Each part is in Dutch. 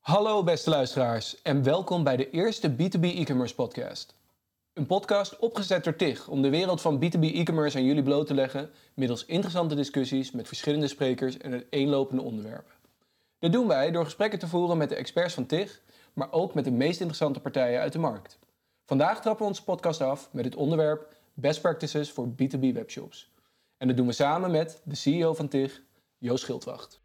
Hallo beste luisteraars en welkom bij de eerste B2B e-commerce podcast. Een podcast opgezet door TIG om de wereld van B2B e-commerce aan jullie bloot te leggen middels interessante discussies met verschillende sprekers en uiteenlopende onderwerpen. Dit doen wij door gesprekken te voeren met de experts van TIG, maar ook met de meest interessante partijen uit de markt. Vandaag trappen we onze podcast af met het onderwerp Best Practices voor B2B webshops. En dat doen we samen met de CEO van TIG, Joost Schildwacht.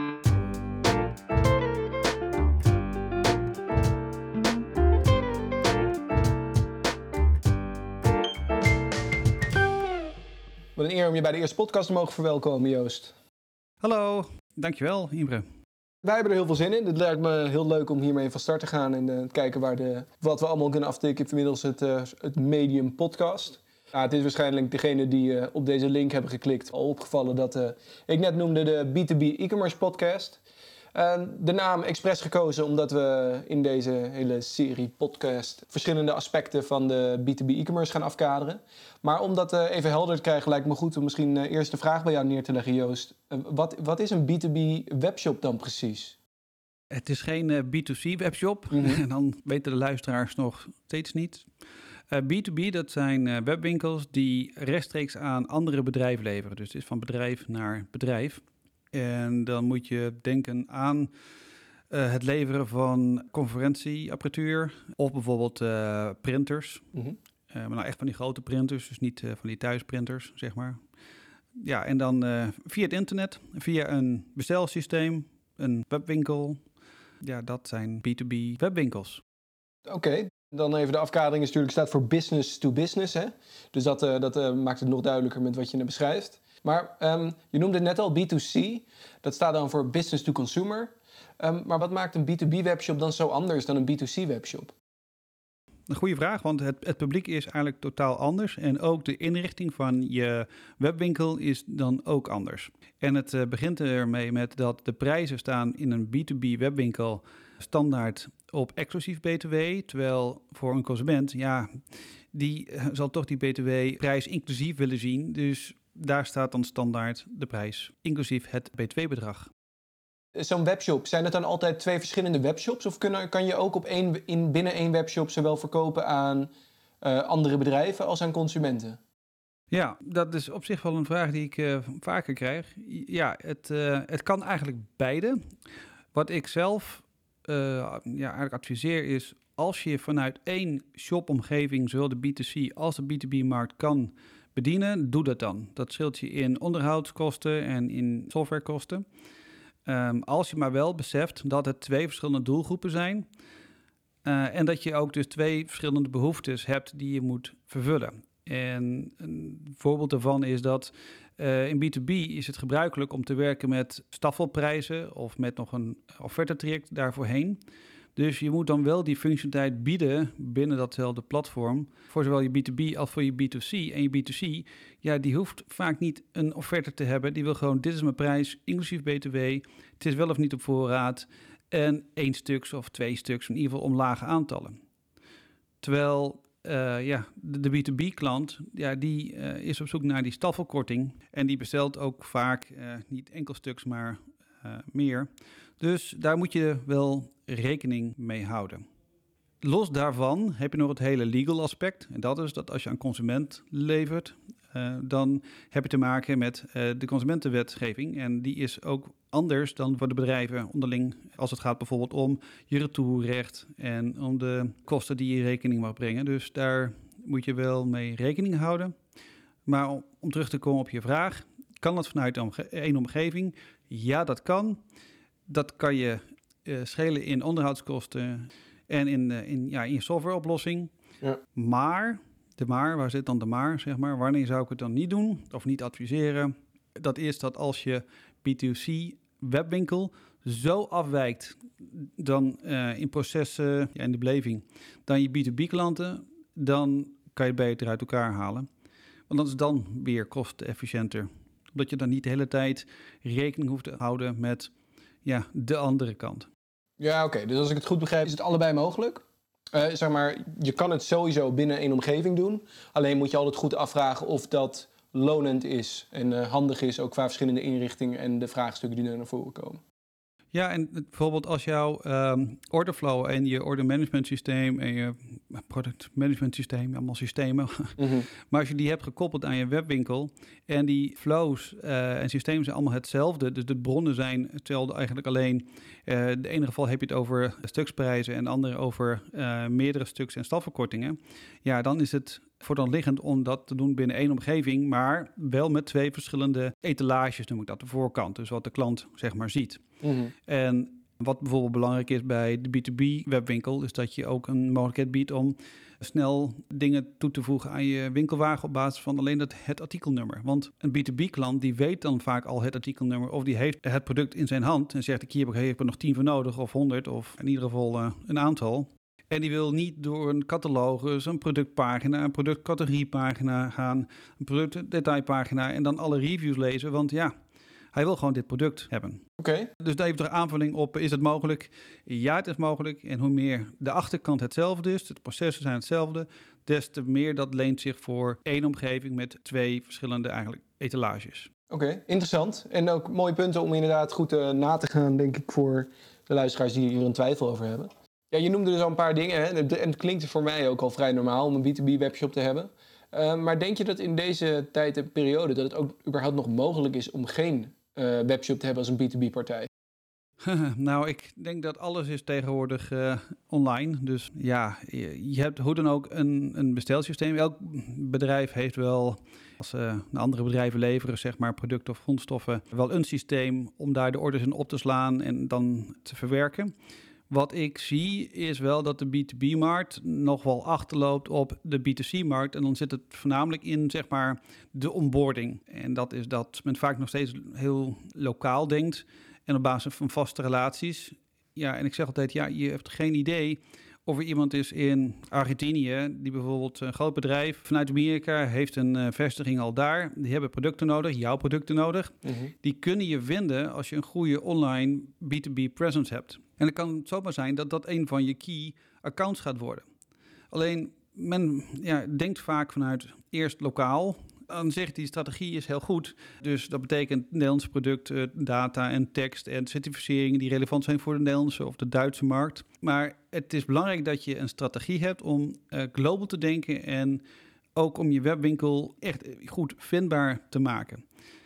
Wat een eer om je bij de eerste podcast te mogen verwelkomen, Joost. Hallo, dankjewel Imre. Wij hebben er heel veel zin in. Het lijkt me heel leuk om hiermee van start te gaan en kijken wat we allemaal kunnen aftikken inmiddels het medium podcast. Het is waarschijnlijk degene die op deze link hebben geklikt al opgevallen dat ik net noemde de B2B e-commerce podcast. De naam expres gekozen omdat we in deze hele serie podcast verschillende aspecten van de B2B e-commerce gaan afkaderen. Maar om dat even helder te krijgen lijkt me goed om misschien eerst de vraag bij jou neer te leggen, Joost. Wat is een B2B webshop dan precies? Het is geen B2C webshop, en dan weten de luisteraars nog steeds niet. B2B, dat zijn webwinkels die rechtstreeks aan andere bedrijven leveren. Dus het is van bedrijf naar bedrijf. En dan moet je denken aan het leveren van conferentieapparatuur of bijvoorbeeld printers. Maar nou echt van die grote printers, dus niet van die thuisprinters, zeg maar. Ja, en dan via het internet, via een bestelsysteem, een webwinkel. Ja, dat zijn B2B webwinkels. Oké. Dan even de afkadering is natuurlijk staat voor business to business. Hè? Dus dat maakt het nog duidelijker met wat je net beschrijft. Maar je noemde het net al B2C. Dat staat dan voor business to consumer. Maar wat maakt een B2B webshop dan zo anders dan een B2C webshop? Een goede vraag, want het publiek is eigenlijk totaal anders. En ook de inrichting van je webwinkel is dan ook anders. En het begint ermee met dat de prijzen staan in een B2B webwinkel standaard op exclusief BTW. Terwijl voor een consument, ja, die zal toch die BTW-prijs inclusief willen zien. Dus daar staat dan standaard de prijs, inclusief het BTW-bedrag. Zo'n webshop, zijn het dan altijd twee verschillende webshops? Of kan je ook binnen één webshop zowel verkopen aan andere bedrijven als aan consumenten? Ja, dat is op zich wel een vraag die ik vaker krijg. Ja, het kan eigenlijk beide. Wat ik zelf eigenlijk adviseer is, als je vanuit één shopomgeving zowel de B2C als de B2B-markt kan bedienen, doe dat dan. Dat scheelt je in onderhoudskosten en in softwarekosten. Als je maar wel beseft dat het twee verschillende doelgroepen zijn en dat je ook dus twee verschillende behoeftes hebt die je moet vervullen. En een voorbeeld daarvan is dat in B2B is het gebruikelijk om te werken met staffelprijzen of met nog een offertetraject daarvoorheen. Dus je moet dan wel die functionaliteit bieden binnen datzelfde platform voor zowel je B2B als voor je B2C. En je B2C, ja, die hoeft vaak niet een offerte te hebben. Die wil gewoon, dit is mijn prijs, inclusief BTW. Het is wel of niet op voorraad. En 1 stuks of 2 stuks, in ieder geval om lage aantallen. Terwijl de B2B-klant, ja, die is op zoek naar die staffelkorting. En die bestelt ook vaak niet enkel stuks, maar meer. Dus daar moet je wel rekening mee houden. Los daarvan heb je nog het hele legal aspect. En dat is dat als je aan consument levert, dan heb je te maken met de consumentenwetgeving. En die is ook anders dan voor de bedrijven onderling. Als het gaat bijvoorbeeld om je retourrecht en om de kosten die je rekening mag brengen. Dus daar moet je wel mee rekening houden. Maar om terug te komen op je vraag, kan dat vanuit één omgeving? Ja, dat kan. Dat kan je schelen in onderhoudskosten en in je softwareoplossing. Ja. Maar, waar zit dan de maar, zeg maar? Wanneer zou ik het dan niet doen of niet adviseren? Dat is dat als je B2C webwinkel zo afwijkt dan in processen en de beleving dan je B2B klanten, dan kan je het beter uit elkaar halen. Want dat is dan weer kostenefficiënter. Omdat je dan niet de hele tijd rekening hoeft te houden met de andere kant. Ja, oké. Dus als ik het goed begrijp, is het allebei mogelijk? Je kan het sowieso binnen één omgeving doen. Alleen moet je altijd goed afvragen of dat lonend is en handig is, ook qua verschillende inrichtingen en de vraagstukken die er naar voren komen. Ja, en bijvoorbeeld als jouw orderflow en je order management systeem en je product management systeem, allemaal systemen. Mhm. Maar als je die hebt gekoppeld aan je webwinkel en die flows en systemen zijn allemaal hetzelfde, dus de bronnen zijn hetzelfde eigenlijk, alleen in de ene geval heb je het over stuksprijzen en de andere over meerdere stuks en stafverkortingen. Ja, dan is het voor dan liggend om dat te doen binnen één omgeving, maar wel met 2 verschillende etalages, noem ik dat, de voorkant. Dus wat de klant zeg maar ziet. Mhm. En wat bijvoorbeeld belangrijk is bij de B2B webwinkel, is dat je ook een mogelijkheid biedt om snel dingen toe te voegen aan je winkelwagen op basis van alleen het artikelnummer. Want een B2B-klant die weet dan vaak al het artikelnummer of die heeft het product in zijn hand en zegt hier heb ik er nog 10 voor nodig of 100 of in ieder geval een aantal. En die wil niet door een catalogus, een productpagina, een productcategoriepagina gaan, een productdetailpagina en dan alle reviews lezen, want ja, hij wil gewoon dit product hebben. Oké. Dus daar heeft er aanvulling op, is het mogelijk? Ja, het is mogelijk. En hoe meer de achterkant hetzelfde is, de processen zijn hetzelfde, des te meer dat leent zich voor één omgeving met 2 verschillende eigenlijk etalages. Oké, interessant. En ook mooie punten om inderdaad goed na te gaan, denk ik, voor de luisteraars die hier een twijfel over hebben. Ja, je noemde dus al een paar dingen, hè? En het klinkt voor mij ook al vrij normaal om een B2B-webshop te hebben. Maar denk je dat in deze tijd en periode dat het ook überhaupt nog mogelijk is om geen webshop te hebben als een B2B-partij? Nou, ik denk dat alles is tegenwoordig online. Dus ja, je hebt hoe dan ook een bestelsysteem. Elk bedrijf heeft wel, als ze naar andere bedrijven leveren, zeg maar producten of grondstoffen, wel een systeem om daar de orders in op te slaan en dan te verwerken. Wat ik zie is wel dat de B2B-markt nog wel achterloopt op de B2C-markt. En dan zit het voornamelijk in, zeg maar, de onboarding. En dat is dat men vaak nog steeds heel lokaal denkt en op basis van vaste relaties. Ja, en ik zeg altijd, ja, je hebt geen idee of er iemand is in Argentinië die bijvoorbeeld een groot bedrijf vanuit Amerika heeft een vestiging al daar. Die hebben producten nodig, jouw producten nodig. Mhm. Die kunnen je vinden als je een goede online B2B presence hebt. En dan kan het zomaar zijn dat dat een van je key accounts gaat worden. Alleen, men denkt vaak vanuit eerst lokaal. Dan zegt die strategie is heel goed. Dus dat betekent Nederlandse producten, data en tekst en certificeringen die relevant zijn voor de Nederlandse of de Duitse markt. Maar het is belangrijk dat je een strategie hebt om global te denken en ook om je webwinkel echt goed vindbaar te maken.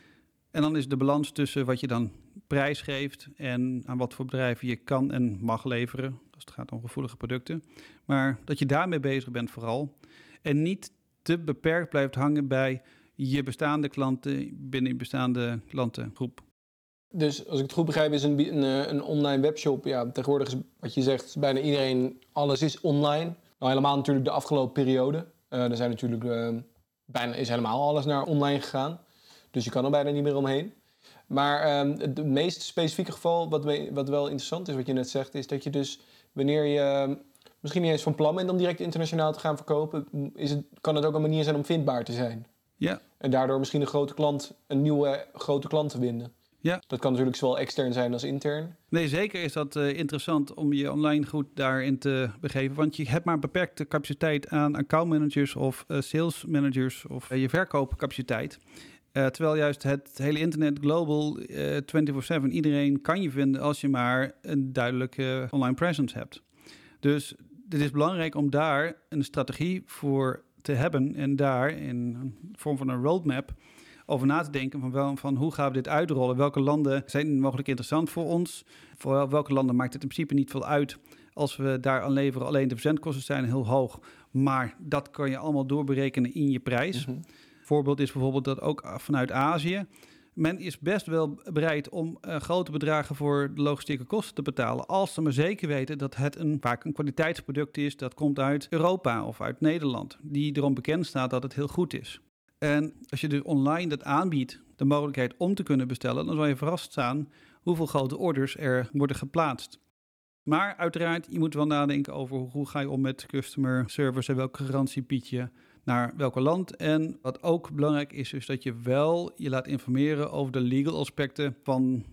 En dan is de balans tussen wat je dan prijs geeft en aan wat voor bedrijven je kan en mag leveren, als het gaat om gevoelige producten. Maar dat je daarmee bezig bent vooral en niet te beperkt blijft hangen bij je bestaande klanten binnen je bestaande klantengroep. Dus als ik het goed begrijp is een online webshop, ja, tegenwoordig is wat je zegt, bijna iedereen, alles is online. Nou, helemaal natuurlijk de afgelopen periode. Er zijn natuurlijk bijna is helemaal alles naar online gegaan. Dus je kan er bijna niet meer omheen. Maar het meest specifieke geval, wat wel interessant is, wat je net zegt, is dat je dus wanneer je misschien niet eens van plan bent om direct internationaal te gaan verkopen, kan het ook een manier zijn om vindbaar te zijn. Ja. En daardoor misschien een nieuwe grote klant te vinden. Ja. Dat kan natuurlijk zowel extern zijn als intern. Nee, zeker is dat interessant om je online goed daarin te begeven. Want je hebt maar beperkte capaciteit aan accountmanagers of sales managers of je verkoopcapaciteit. Terwijl juist het hele internet global 24/7, iedereen kan je vinden als je maar een duidelijke online presence hebt. Dus het is belangrijk om daar een strategie voor te hebben en daar in een vorm van een roadmap over na te denken van hoe gaan we dit uitrollen? Welke landen zijn mogelijk interessant voor ons? Voor welke landen maakt het in principe niet veel uit als we daar aan leveren? Alleen de verzendkosten zijn heel hoog, maar dat kan je allemaal doorberekenen in je prijs. Mhm. Voorbeeld is bijvoorbeeld dat ook vanuit Azië. Men is best wel bereid om grote bedragen voor de logistieke kosten te betalen, als ze maar zeker weten dat het vaak een kwaliteitsproduct is dat komt uit Europa of uit Nederland, die erom bekend staat dat het heel goed is. En als je dus online dat aanbiedt, de mogelijkheid om te kunnen bestellen, dan zal je verrast staan hoeveel grote orders er worden geplaatst. Maar uiteraard, je moet wel nadenken over hoe ga je om met customer service en welke garantie bied je naar welk land. En wat ook belangrijk is, is dat je wel je laat informeren over de legal aspecten van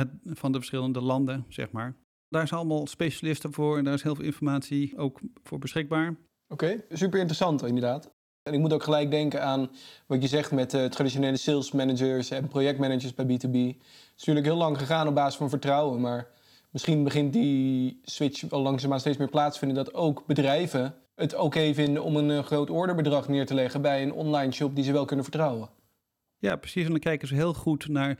de verschillende landen, zeg maar. Daar zijn allemaal specialisten voor en daar is heel veel informatie ook voor beschikbaar. Oké, super interessant inderdaad. En ik moet ook gelijk denken aan wat je zegt met traditionele sales managers en projectmanagers bij B2B. Het is natuurlijk heel lang gegaan op basis van vertrouwen, maar Misschien begint die switch al langzaamaan steeds meer plaats te vinden dat ook bedrijven het oké vinden om een groot orderbedrag neer te leggen bij een online shop die ze wel kunnen vertrouwen. Ja, precies. En dan kijken ze heel goed naar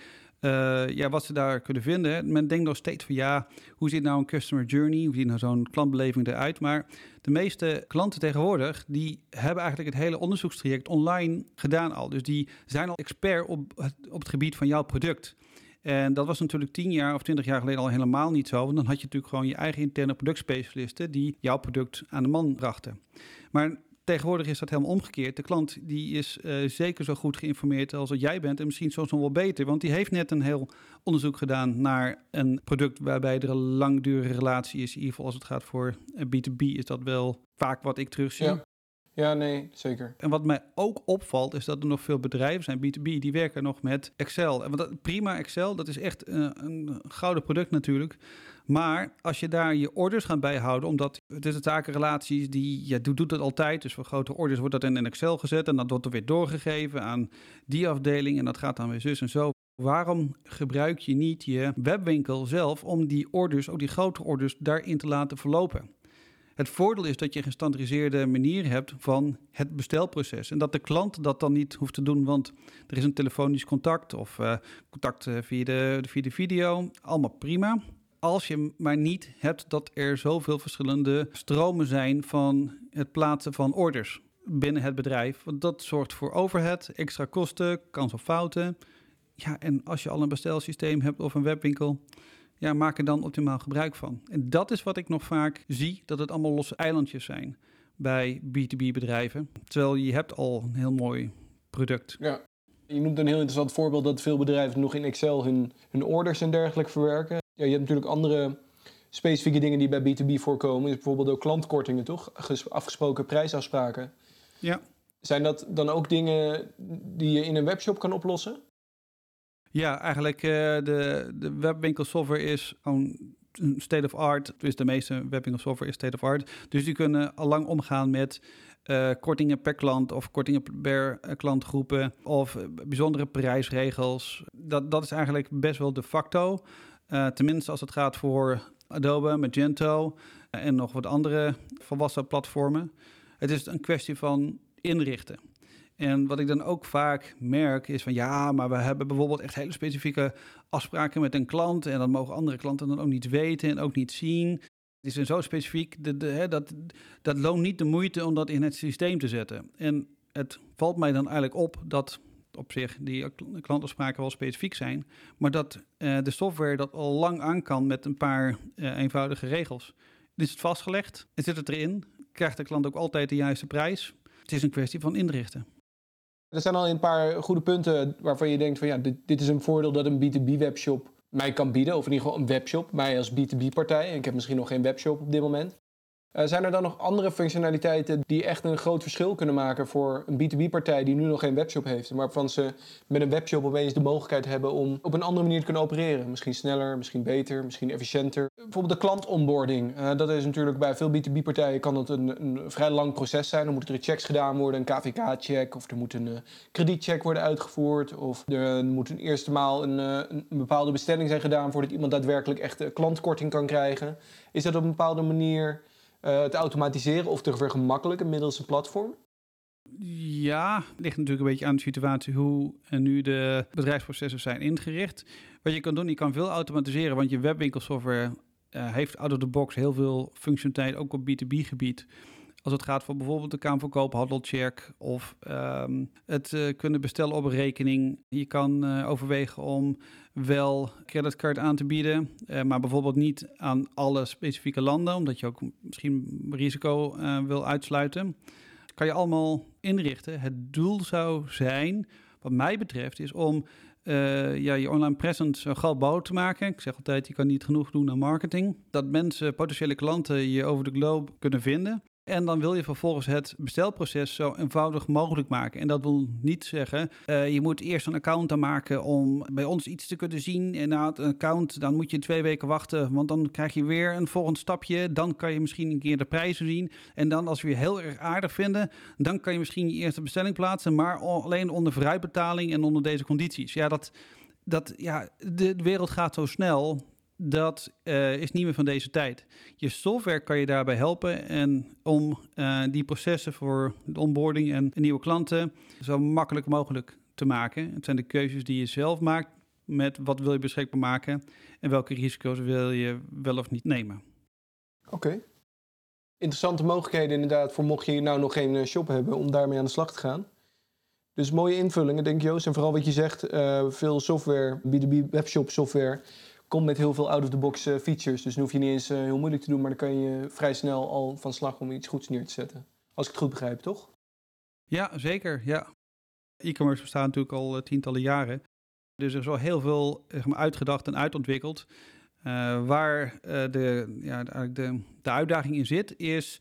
wat ze daar kunnen vinden. Hè. Men denkt nog steeds van hoe ziet nou een customer journey? Hoe ziet nou zo'n klantbeleving eruit? Maar de meeste klanten tegenwoordig, die hebben eigenlijk het hele onderzoekstraject online gedaan al. Dus die zijn al expert op het gebied van jouw product. En dat was natuurlijk 10 jaar of 20 jaar geleden al helemaal niet zo. Want dan had je natuurlijk gewoon je eigen interne productspecialisten die jouw product aan de man brachten. Maar tegenwoordig is dat helemaal omgekeerd. De klant die is zeker zo goed geïnformeerd als dat jij bent en misschien soms nog wel beter. Want die heeft net een heel onderzoek gedaan naar een product waarbij er een langdurige relatie is. In ieder geval als het gaat voor B2B is dat wel vaak wat ik terugzie. Ja, nee, zeker. En wat mij ook opvalt is dat er nog veel bedrijven zijn, B2B, die werken nog met Excel. En prima Excel, dat is echt een gouden product natuurlijk. Maar als je daar je orders gaat bijhouden, omdat het is de takenrelaties die, je doet het altijd. Dus voor grote orders wordt dat in een Excel gezet en dat wordt er weer doorgegeven aan die afdeling en dat gaat dan weer zus en zo. Waarom gebruik je niet je webwinkel zelf om die orders, ook die grote orders, daarin te laten verlopen? Het voordeel is dat je een gestandaardiseerde manier hebt van het bestelproces. En dat de klant dat dan niet hoeft te doen, want er is een telefonisch contact of contact via de video. Allemaal prima. Als je maar niet hebt dat er zoveel verschillende stromen zijn van het plaatsen van orders binnen het bedrijf. Want dat zorgt voor overhead, extra kosten, kans op fouten. Ja, en als je al een bestelsysteem hebt of een webwinkel, ja, maak er dan optimaal gebruik van. En dat is wat ik nog vaak zie, dat het allemaal losse eilandjes zijn bij B2B-bedrijven. Terwijl je hebt al een heel mooi product. Ja, je noemt een heel interessant voorbeeld dat veel bedrijven nog in Excel hun orders en dergelijke verwerken. Ja, je hebt natuurlijk andere specifieke dingen die bij B2B voorkomen. Is bijvoorbeeld ook klantkortingen, toch? Afgesproken prijsafspraken. Ja. Zijn dat dan ook dingen die je in een webshop kan oplossen? Ja, eigenlijk de webwinkelsoftware is gewoon state of art. Dus de meeste webwinkelsoftware is state of art. Dus die kunnen al lang omgaan met kortingen per klant of kortingen per klantgroepen of bijzondere prijsregels. Dat is eigenlijk best wel de facto. Tenminste als het gaat voor Adobe, Magento en nog wat andere volwassen platformen. Het is een kwestie van inrichten. En wat ik dan ook vaak merk is van maar we hebben bijvoorbeeld echt hele specifieke afspraken met een klant en dat mogen andere klanten dan ook niet weten en ook niet zien. Het is zo specifiek, dat loont niet de moeite om dat in het systeem te zetten. En het valt mij dan eigenlijk op dat op zich die klantafspraken wel specifiek zijn, maar dat de software dat al lang aan kan met een paar eenvoudige regels. Is het vastgelegd? Zit het erin? Krijgt de klant ook altijd de juiste prijs? Het is een kwestie van inrichten. Er zijn al een paar goede punten waarvan je denkt van dit is een voordeel dat een B2B-webshop mij kan bieden. Of in ieder geval een webshop, mij als B2B-partij. En ik heb misschien nog geen webshop op dit moment. Zijn er dan nog andere functionaliteiten die echt een groot verschil kunnen maken voor een B2B-partij die nu nog geen webshop heeft, maar waarvan ze met een webshop opeens de mogelijkheid hebben om op een andere manier te kunnen opereren? Misschien sneller, misschien beter, misschien efficiënter. Bijvoorbeeld de klantonboarding. Dat is natuurlijk bij veel B2B-partijen kan dat een vrij lang proces zijn. Dan moeten er checks gedaan worden, een KVK-check of er moet een kredietcheck worden uitgevoerd of er moet een eerste maal een bepaalde bestelling zijn gedaan voordat iemand daadwerkelijk echt klantkorting kan krijgen. Is dat op een bepaalde manier te automatiseren of te vergemakkelijken middels een platform? Ja, het ligt natuurlijk een beetje aan de situatie hoe nu de bedrijfsprocessen zijn ingericht. Wat je kan doen, je kan veel automatiseren, want je webwinkelsoftware heeft out of the box heel veel functionaliteit, ook op B2B-gebied. Als het gaat voor bijvoorbeeld de kamerverkoop, handelcheck of het kunnen bestellen op een rekening. Je kan overwegen om wel creditcard aan te bieden, maar bijvoorbeeld niet aan alle specifieke landen, omdat je ook misschien risico wil uitsluiten. Kan je allemaal inrichten. Het doel zou zijn, wat mij betreft, is om je online presence zo groot mogelijk te maken. Ik zeg altijd, je kan niet genoeg doen aan marketing. Dat mensen, potentiële klanten, je over de globe kunnen vinden. En dan wil je vervolgens het bestelproces zo eenvoudig mogelijk maken. En dat wil niet zeggen, je moet eerst een account aanmaken om bij ons iets te kunnen zien. En na het account, dan moet je 2 weken wachten, want dan krijg je weer een volgend stapje. Dan kan je misschien een keer de prijzen zien. En dan als we je heel erg aardig vinden, dan kan je misschien je eerste bestelling plaatsen, maar alleen onder vooruitbetaling en onder deze condities. Ja, de wereld gaat zo snel. dat is niet meer van deze tijd. Je software kan je daarbij helpen en om die processen voor de onboarding en nieuwe klanten zo makkelijk mogelijk te maken. Het zijn de keuzes die je zelf maakt met wat wil je beschikbaar maken en welke risico's wil je wel of niet nemen. Oké. Interessante mogelijkheden inderdaad voor mocht je nou nog geen shop hebben om daarmee aan de slag te gaan. Dus mooie invullingen, denk ik, Joost. En vooral wat je zegt, veel software, B2B webshop software, komt met heel veel out-of-the-box features. Dus dan hoef je niet eens heel moeilijk te doen, maar dan kan je vrij snel al van slag om iets goeds neer te zetten. Als ik het goed begrijp, toch? Ja, zeker. Ja. E-commerce bestaat natuurlijk al tientallen jaren. Dus er is al heel veel uitgedacht en uitontwikkeld. Waar de uitdaging in zit, is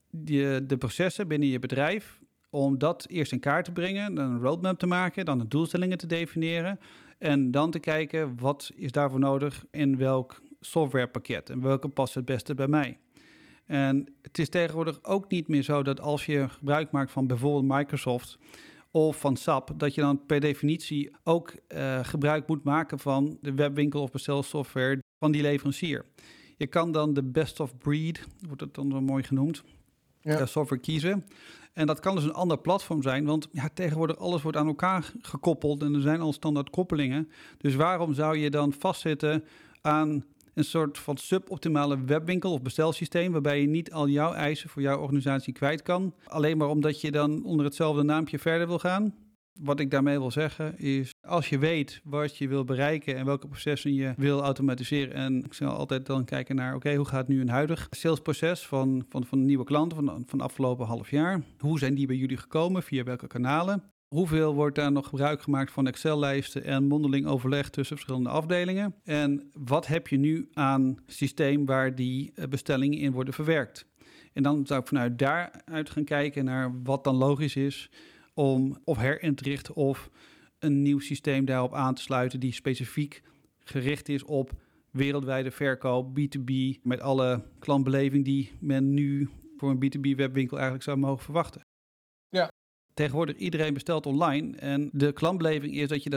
de processen binnen je bedrijf om dat eerst in kaart te brengen, dan een roadmap te maken, dan de doelstellingen te definiëren en dan te kijken wat is daarvoor nodig in welk softwarepakket en welke past het beste bij mij. En het is tegenwoordig ook niet meer zo dat als je gebruik maakt van bijvoorbeeld Microsoft of van SAP, dat je dan per definitie ook gebruik moet maken van de webwinkel of bestelsoftware van die leverancier. Je kan dan de best of breed, wordt het dan zo mooi genoemd, software kiezen. En dat kan dus een ander platform zijn, want tegenwoordig alles wordt aan elkaar gekoppeld en er zijn al standaard koppelingen. Dus waarom zou je dan vastzitten aan een soort van suboptimale webwinkel of bestelsysteem, waarbij je niet al jouw eisen voor jouw organisatie kwijt kan, alleen maar omdat je dan onder hetzelfde naampje verder wil gaan? Wat ik daarmee wil zeggen is, als je weet wat je wil bereiken en welke processen je wil automatiseren, en ik zal altijd dan kijken naar, hoe gaat nu een huidig salesproces van nieuwe klanten van de afgelopen half jaar? Hoe zijn die bij jullie gekomen? Via welke kanalen? Hoeveel wordt daar nog gebruik gemaakt van Excel-lijsten en mondeling overleg tussen verschillende afdelingen? En wat heb je nu aan systeem waar die bestellingen in worden verwerkt? En dan zou ik vanuit daaruit gaan kijken naar wat dan logisch is om of herin te richten of een nieuw systeem daarop aan te sluiten die specifiek gericht is op wereldwijde verkoop, B2B, met alle klantbeleving die men nu voor een B2B webwinkel eigenlijk zou mogen verwachten. Ja. Tegenwoordig iedereen bestelt online en de klantbeleving is dat je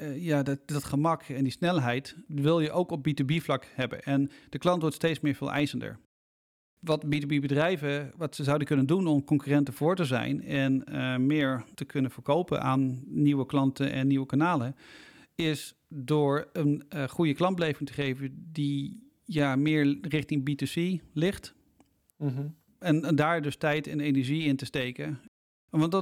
dat gemak en die snelheid wil je ook op B2B vlak hebben. En de klant wordt steeds meer veel eisender. Wat B2B-bedrijven, wat ze zouden kunnen doen om concurrenten voor te zijn en meer te kunnen verkopen aan nieuwe klanten en nieuwe kanalen, is door een goede klantbeleving te geven die meer richting B2C ligt. Mm-hmm. En daar dus tijd en energie in te steken. Want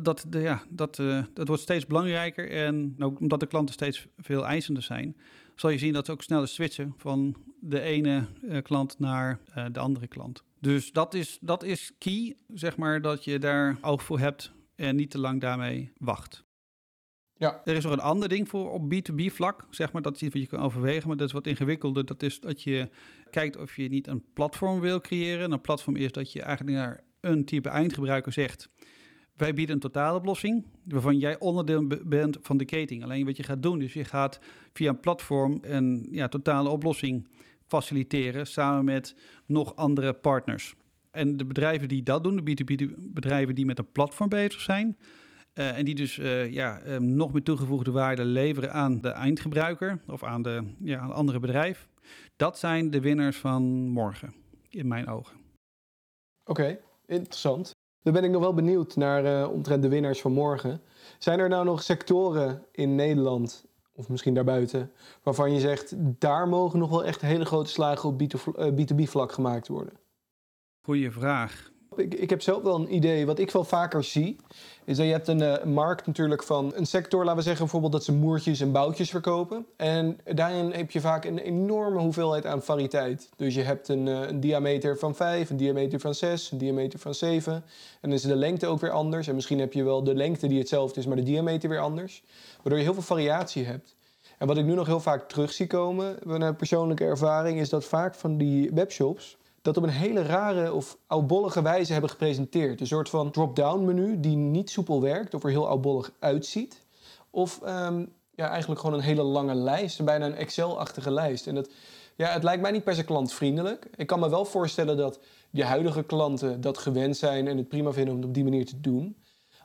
dat wordt steeds belangrijker en ook omdat de klanten steeds veel eisender zijn, zal je zien dat ze ook sneller switchen van de ene klant naar de andere klant. Dus dat is key, zeg maar, dat je daar oog voor hebt en niet te lang daarmee wacht. Ja. Er is nog een ander ding voor op B2B vlak, zeg maar, dat is iets wat je kan overwegen, maar dat is wat ingewikkelder. Dat is dat je kijkt of je niet een platform wil creëren. En een platform is dat je eigenlijk naar een type eindgebruiker zegt: wij bieden een totaaloplossing waarvan jij onderdeel bent van de keten. Alleen wat je gaat doen, dus je gaat via een platform een totale oplossing faciliteren samen met nog andere partners. En de bedrijven die dat doen, de B2B-bedrijven die met een platform bezig zijn en die dus nog meer toegevoegde waarde leveren aan de eindgebruiker of aan een andere bedrijf, dat zijn de winnaars van morgen, in mijn ogen. Oké, interessant. Dan ben ik nog wel benieuwd naar omtrent de winnaars van morgen. Zijn er nou nog sectoren in Nederland, of misschien daarbuiten, waarvan je zegt, daar mogen nog wel echt hele grote slagen op B2B-vlak gemaakt worden? Goeie vraag. Ik heb zelf wel een idee. Wat ik wel vaker zie, is dat je hebt een markt natuurlijk van een sector, laten we zeggen bijvoorbeeld dat ze moertjes en boutjes verkopen. En daarin heb je vaak een enorme hoeveelheid aan variëteit. Dus je hebt een diameter van 5, een diameter van 6, een diameter van 7. En dan is de lengte ook weer anders. En misschien heb je wel de lengte die hetzelfde is, maar de diameter weer anders. Waardoor je heel veel variatie hebt. En wat ik nu nog heel vaak terug zie komen, vanuit persoonlijke ervaring, is dat vaak van die webshops dat op een hele rare of oudbollige wijze hebben gepresenteerd. Een soort van drop-down menu die niet soepel werkt of er heel oudbollig uitziet. Of eigenlijk gewoon een hele lange lijst, bijna een Excel-achtige lijst. En het lijkt mij niet per se klantvriendelijk. Ik kan me wel voorstellen dat je huidige klanten dat gewend zijn en het prima vinden om het op die manier te doen.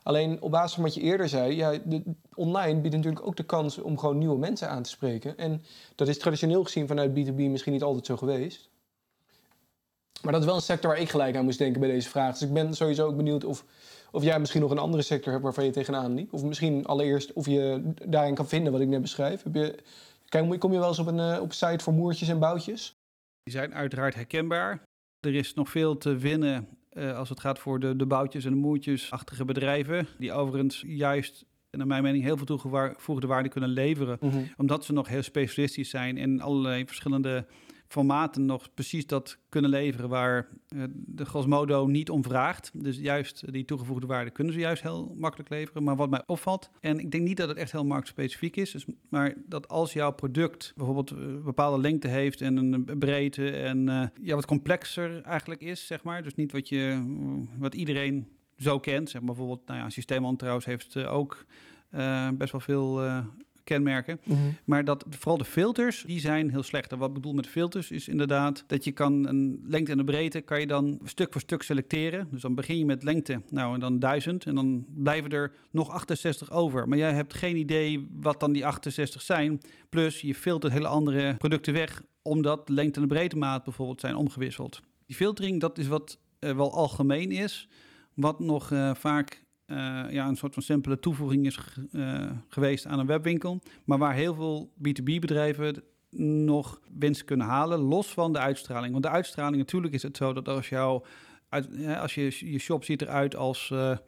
Alleen op basis van wat je eerder zei, ja, online biedt natuurlijk ook de kans om gewoon nieuwe mensen aan te spreken. En dat is traditioneel gezien vanuit B2B misschien niet altijd zo geweest. Maar dat is wel een sector waar ik gelijk aan moest denken bij deze vraag. Dus ik ben sowieso ook benieuwd of jij misschien nog een andere sector hebt waarvan je tegenaan liep. Of misschien allereerst of je daarin kan vinden wat ik net beschrijf. Kom je wel eens op een site voor moertjes en boutjes? Die zijn uiteraard herkenbaar. Er is nog veel te winnen als het gaat voor de boutjes en de moertjesachtige bedrijven. Die overigens juist, naar mijn mening, heel veel toegevoegde waarde kunnen leveren. Mm-hmm. Omdat ze nog heel specialistisch zijn en allerlei verschillende formaten nog precies dat kunnen leveren waar de grosso modo niet om vraagt. Dus juist die toegevoegde waarde kunnen ze juist heel makkelijk leveren. Maar wat mij opvalt, en ik denk niet dat het echt heel marktspecifiek is, maar dat als jouw product bijvoorbeeld een bepaalde lengte heeft en een breedte en wat complexer eigenlijk is, zeg maar. Dus niet wat iedereen zo kent. Zeg maar bijvoorbeeld, Systeemland trouwens heeft ook best wel veel kenmerken. Mm-hmm. Maar vooral de filters, die zijn heel slecht. En wat ik bedoel met filters is inderdaad dat je kan een lengte en een breedte kan je dan stuk voor stuk selecteren. Dus dan begin je met lengte, en dan 1000 en dan blijven er nog 68 over. Maar jij hebt geen idee wat dan die 68 zijn. Plus je filtert hele andere producten weg, omdat de lengte en de breedtemaat bijvoorbeeld zijn omgewisseld. Die filtering, dat is wat wel algemeen is, wat nog vaak een soort van simpele toevoeging is geweest aan een webwinkel. Maar waar heel veel B2B-bedrijven nog winst kunnen halen, los van de uitstraling. Want de uitstraling, natuurlijk is het zo dat als je shop ziet eruit als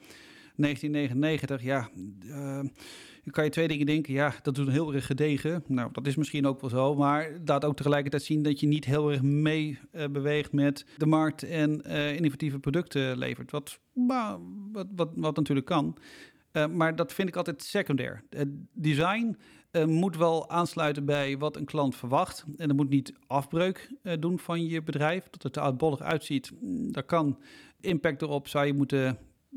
1999, dan kan je twee dingen denken. Dat doet heel erg gedegen. Nou, dat is misschien ook wel zo. Maar laat ook tegelijkertijd zien dat je niet heel erg mee beweegt met de markt en innovatieve producten levert. Wat natuurlijk kan. Maar dat vind ik altijd secundair. Het design moet wel aansluiten bij wat een klant verwacht. En dat moet niet afbreuk doen van je bedrijf. Dat het er oudbollig uitziet. Daar kan impact erop, zou je moeten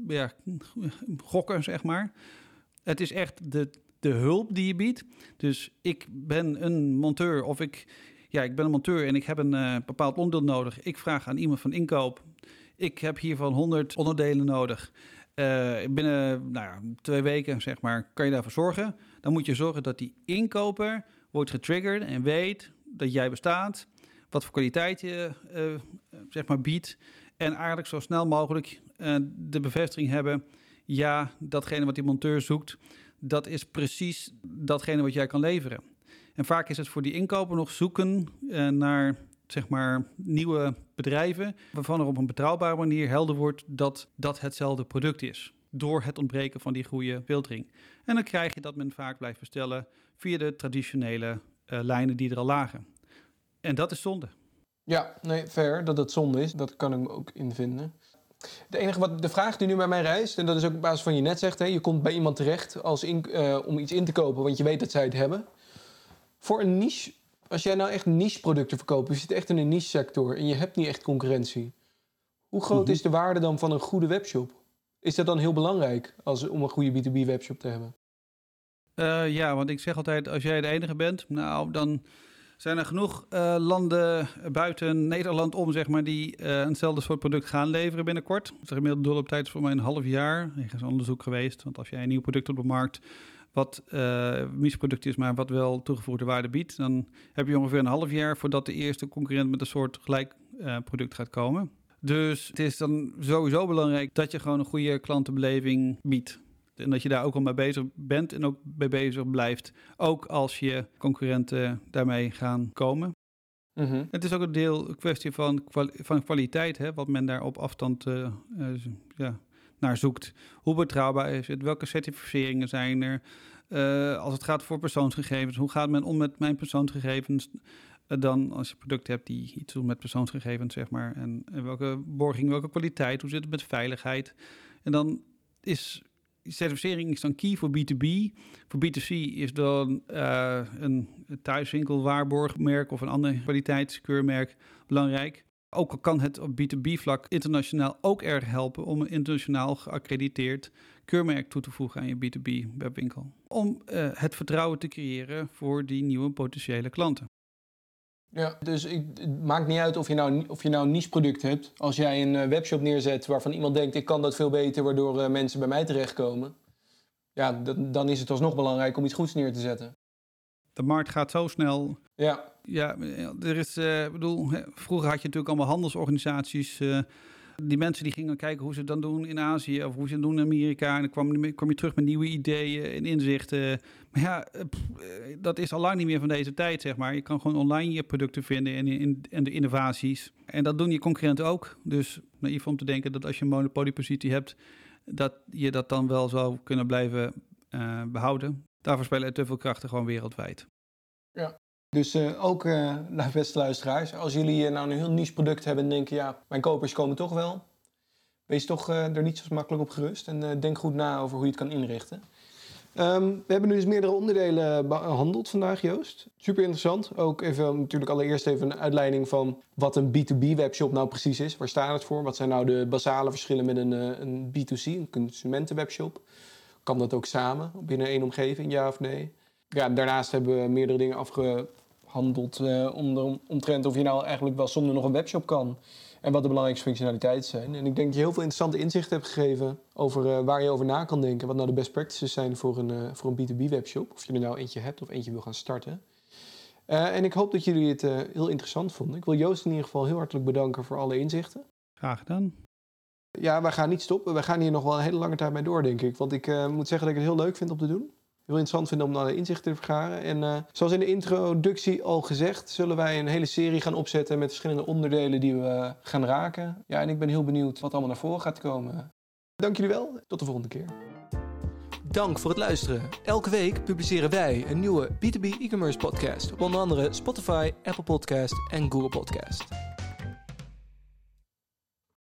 gokken, zeg maar. Het is echt de hulp die je biedt. Dus ik ben een monteur ik ben een monteur en ik heb een bepaald onderdeel nodig. Ik vraag aan iemand van inkoop. Ik heb hiervan 100 onderdelen nodig. Binnen 2 weken, zeg maar, kan je daarvoor zorgen. Dan moet je zorgen dat die inkoper wordt getriggerd en weet dat jij bestaat. Wat voor kwaliteit je biedt. En eigenlijk zo snel mogelijk de bevestiging hebben. Ja, datgene wat die monteur zoekt, dat is precies datgene wat jij kan leveren. En vaak is het voor die inkoper nog zoeken naar, zeg maar, nieuwe bedrijven, waarvan er op een betrouwbare manier helder wordt dat hetzelfde product is. Door het ontbreken van die goede filtering. En dan krijg je dat men vaak blijft bestellen via de traditionele lijnen die er al lagen. En dat is zonde. Ja, nee, fair dat het zonde is. Dat kan ik me ook invinden. De vraag die nu bij mij rijst, en dat is ook op basis van je net zegt, je komt bij iemand terecht om iets in te kopen, want je weet dat zij het hebben. Voor een niche, als jij nou echt niche producten verkoopt, je zit echt in een niche sector en je hebt niet echt concurrentie. Hoe groot is de waarde dan van een goede webshop? Is dat dan heel belangrijk om een goede B2B webshop te hebben? Want ik zeg altijd, als jij de enige bent, dan zijn er genoeg landen buiten Nederland om, zeg maar, die eenzelfde soort product gaan leveren binnenkort. De gemiddelde doorlooptijd is voor mij een half jaar. Er is onderzoek geweest, want als jij een nieuw product op de markt, wat niche-product is, maar wat wel toegevoegde waarde biedt, dan heb je ongeveer een half jaar voordat de eerste concurrent met een soort gelijk product gaat komen. Dus het is dan sowieso belangrijk dat je gewoon een goede klantenbeleving biedt. En dat je daar ook al mee bezig bent en ook mee bezig blijft. Ook als je concurrenten daarmee gaan komen. Mm-hmm. Het is ook een kwestie van kwaliteit, hè, wat men daar op afstand naar zoekt. Hoe betrouwbaar is het? Welke certificeringen zijn er? Als het gaat voor persoonsgegevens, hoe gaat men om met mijn persoonsgegevens? Dan als je een product hebt die iets doet met persoonsgegevens, zeg maar. En welke borging, welke kwaliteit, hoe zit het met veiligheid? En dan is certificering is dan key voor B2B. Voor B2C is dan een thuiswinkel, waarborgmerk of een ander kwaliteitskeurmerk belangrijk. Ook al kan het op B2B-vlak internationaal ook erg helpen om een internationaal geaccrediteerd keurmerk toe te voegen aan je B2B-webwinkel. Om het vertrouwen te creëren voor die nieuwe potentiële klanten. Ja, dus het maakt niet uit of je nou een niche product hebt. Als jij een webshop neerzet waarvan iemand denkt, ik kan dat veel beter, waardoor mensen bij mij terechtkomen. Ja, dan is het alsnog belangrijk om iets goeds neer te zetten. De markt gaat zo snel. Ja. Ja, er is, vroeger had je natuurlijk allemaal handelsorganisaties. Die mensen die gingen kijken hoe ze het dan doen in Azië of hoe ze het doen in Amerika. En dan kwam je terug met nieuwe ideeën en inzichten. Maar ja, dat is al lang niet meer van deze tijd, zeg maar. Je kan gewoon online je producten vinden en de innovaties. En dat doen je concurrenten ook. Dus naïef om te denken dat als je een monopoliepositie hebt, dat je dat dan wel zou kunnen blijven behouden. Daarvoor spelen er te veel krachten gewoon wereldwijd. Ja. Dus ook, beste luisteraars, als jullie nou een heel niche product hebben en denken, ja, mijn kopers komen toch wel. Wees toch er niet zo makkelijk op gerust en denk goed na over hoe je het kan inrichten. We hebben nu dus meerdere onderdelen behandeld vandaag, Joost. Super interessant. Ook even natuurlijk allereerst even een uitleiding van wat een B2B webshop nou precies is. Waar staat het voor? Wat zijn nou de basale verschillen met een B2C, een consumentenwebshop? Kan dat ook samen binnen één omgeving, ja of nee? Ja, daarnaast hebben we meerdere dingen afgehandeld omtrent of je nou eigenlijk wel zonder nog een webshop kan. En wat de belangrijkste functionaliteiten zijn. En ik denk dat je heel veel interessante inzichten hebt gegeven over waar je over na kan denken. Wat nou de best practices zijn voor een B2B webshop. Of je er nou eentje hebt of eentje wil gaan starten. En ik hoop dat jullie het heel interessant vonden. Ik wil Joost in ieder geval heel hartelijk bedanken voor alle inzichten. Graag gedaan. Ja, wij gaan niet stoppen. We gaan hier nog wel een hele lange tijd mee door, denk ik. Want ik moet zeggen dat ik het heel leuk vind om te doen. Heel interessant vinden om naar de inzichten te vergaren. En zoals in de introductie al gezegd, zullen wij een hele serie gaan opzetten met verschillende onderdelen die we gaan raken. Ja, en ik ben heel benieuwd wat allemaal naar voren gaat komen. Dank jullie wel. Tot de volgende keer. Dank voor het luisteren. Elke week publiceren wij een nieuwe B2B e-commerce podcast op onder andere Spotify, Apple Podcast en Google Podcast.